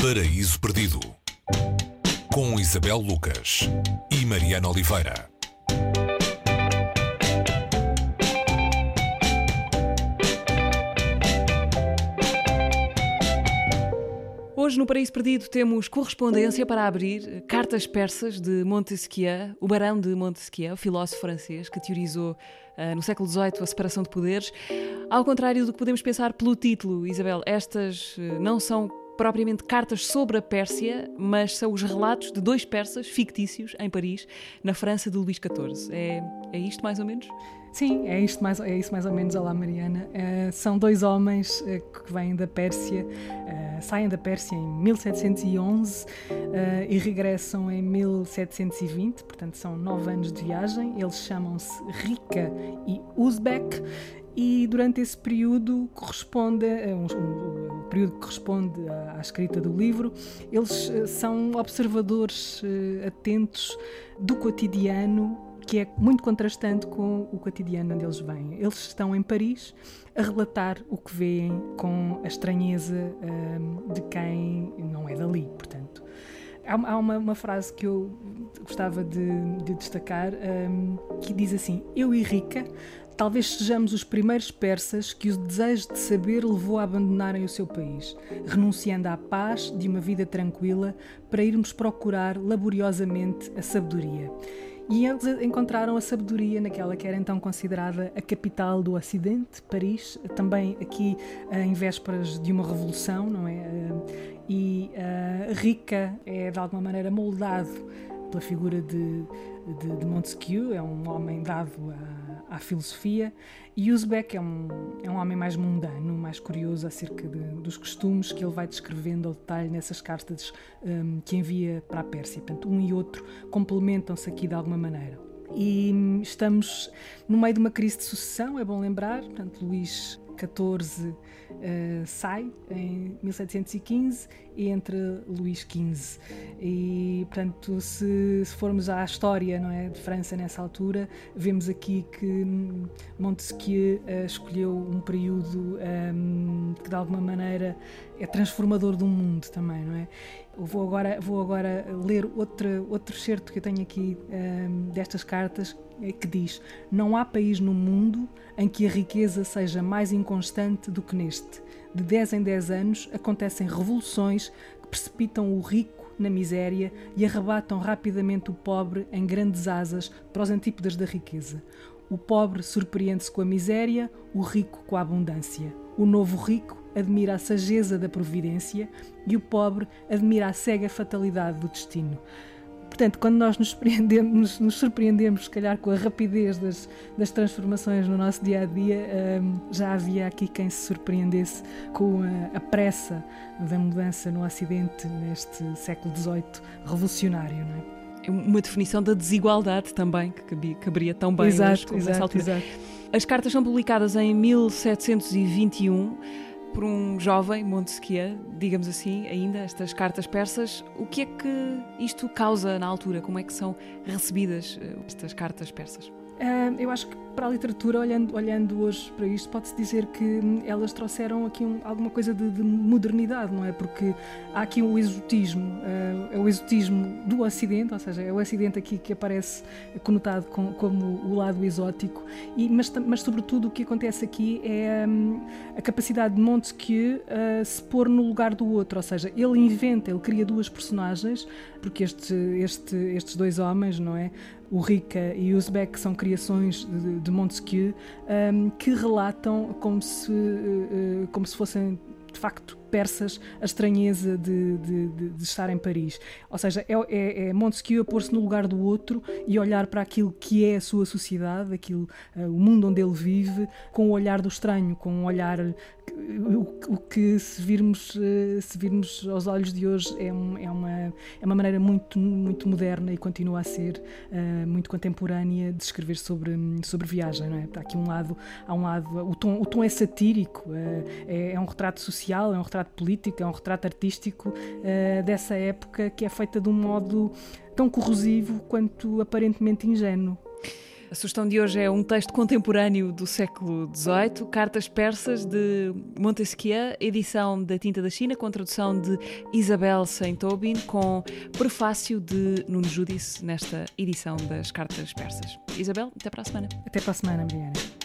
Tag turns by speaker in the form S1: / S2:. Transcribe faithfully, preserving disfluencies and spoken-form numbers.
S1: Paraíso Perdido, com Isabel Lucas e Mariana Oliveira.
S2: Hoje no Paraíso Perdido temos correspondência para abrir, cartas persas de Montesquieu, o barão de Montesquieu, filósofo francês que teorizou uh, no século dezoito a separação de poderes. Ao contrário do que podemos pensar pelo título, Isabel, estas uh, não são propriamente cartas sobre a Pérsia, mas são os relatos de dois persas fictícios em Paris, na França de Luís catorze. É, é isto mais ou menos?
S3: Sim, é, isto mais, é isso mais ou menos. Olá, Mariana. Uh, são dois homens uh, que vêm da Pérsia, uh, saem da Pérsia em mil setecentos e onze uh, e regressam em mil setecentos e vinte, portanto são nove anos de viagem. Eles chamam-se Rika e Uzbek. E durante esse período corresponde, um, um, um período que corresponde à, à escrita do livro, eles uh, são observadores uh, atentos do cotidiano, que é muito contrastante com o cotidiano onde eles vêm. Eles estão em Paris a relatar o que veem com a estranheza um, de quem não é dali, portanto. Há, há uma, uma frase que eu gostava de, de destacar, um, que diz assim: eu e Rika talvez sejamos os primeiros persas que o desejo de saber levou a abandonarem o seu país, renunciando à paz de uma vida tranquila para irmos procurar laboriosamente a sabedoria. E eles encontraram a sabedoria naquela que era então considerada a capital do Ocidente, Paris, também aqui em vésperas de uma revolução, não é? E uh, Rika é de alguma maneira moldado pela figura de, de, de Montesquieu, é um homem dado à, à filosofia, e Uzbek é um, é um homem mais mundano, mais curioso acerca de, dos costumes que ele vai descrevendo ao detalhe nessas cartas um, que envia para a Pérsia. Portanto, um e outro complementam-se aqui de alguma maneira. E hum, estamos no meio de uma crise de sucessão, é bom lembrar. Portanto, Luís catorze uh, sai em mil setecentos e quinze e entra Luís quinze. E, portanto, se, se formos à história, não é, de França nessa altura, vemos aqui que Montesquieu uh, escolheu um período um, que de alguma maneira é transformador do mundo também, não é? Eu vou agora, vou agora ler outro, outro excerto que eu tenho aqui um, destas cartas, que diz: não há país no mundo em que a riqueza seja mais inconstante do que neste. De dez em dez anos acontecem revoluções que precipitam o rico na miséria e arrebatam rapidamente o pobre em grandes asas para os antípodas da riqueza. O pobre surpreende-se com a miséria, o rico com a abundância. O novo rico admira a sageza da providência e o pobre admira a cega fatalidade do destino. Portanto, quando nós nos surpreendemos, nos surpreendemos, se calhar, com a rapidez das, das transformações no nosso dia-a-dia, um, já havia aqui quem se surpreendesse com a, a pressa da mudança no Ocidente neste século dezoito revolucionário, não é?
S2: Uma definição da desigualdade também, que cabia, caberia tão bem
S3: exato,
S2: hoje como
S3: exato,
S2: nessa altura.
S3: Exato.
S2: As cartas são publicadas em mil setecentos e vinte e um por um jovem Montesquieu, digamos assim, ainda, estas cartas persas. O que é que isto causa na altura? Como é que são recebidas estas cartas persas?
S3: Uh, eu acho que para a literatura, olhando, olhando hoje para isto, pode-se dizer que elas trouxeram aqui um, alguma coisa de, de modernidade, não é? Porque há aqui um exotismo, uh, é o exotismo do Ocidente, ou seja, é o Ocidente aqui que aparece conotado com, como o lado exótico, e, mas, mas sobretudo o que acontece aqui é um, a capacidade de Montesquieu uh, se pôr no lugar do outro, ou seja, ele inventa, ele cria duas personagens, porque este, este, estes dois homens, não é? O Rika e o Uzbek são criações de, de Montesquieu, um, que relatam como se, uh, como se fossem, de facto, persas, a estranheza de, de, de, de estar em Paris. Ou seja, é, é, é Montesquieu a pôr-se no lugar do outro e olhar para aquilo que é a sua sociedade, aquilo, uh, o mundo onde ele vive, com o olhar do estranho, com um olhar... O, o que, se virmos, uh, se virmos aos olhos de hoje, é, um, é, uma, é uma maneira muito, muito moderna e continua a ser uh, muito contemporânea de escrever sobre, sobre viagem, não é? Há aqui um lado, há um lado o, tom, o tom é satírico, uh, é, é um retrato social, é um retrato político, é um retrato artístico uh, dessa época, que é feita de um modo tão corrosivo quanto aparentemente ingênuo.
S2: A sugestão de hoje é um texto contemporâneo do século dezoito, Cartas Persas, de Montesquieu, edição da Tinta da China, com tradução de Isabel Saint-Aubin, com prefácio de Nuno Judice nesta edição das Cartas Persas. Isabel, até para a semana.
S3: Até para a semana, Mariana.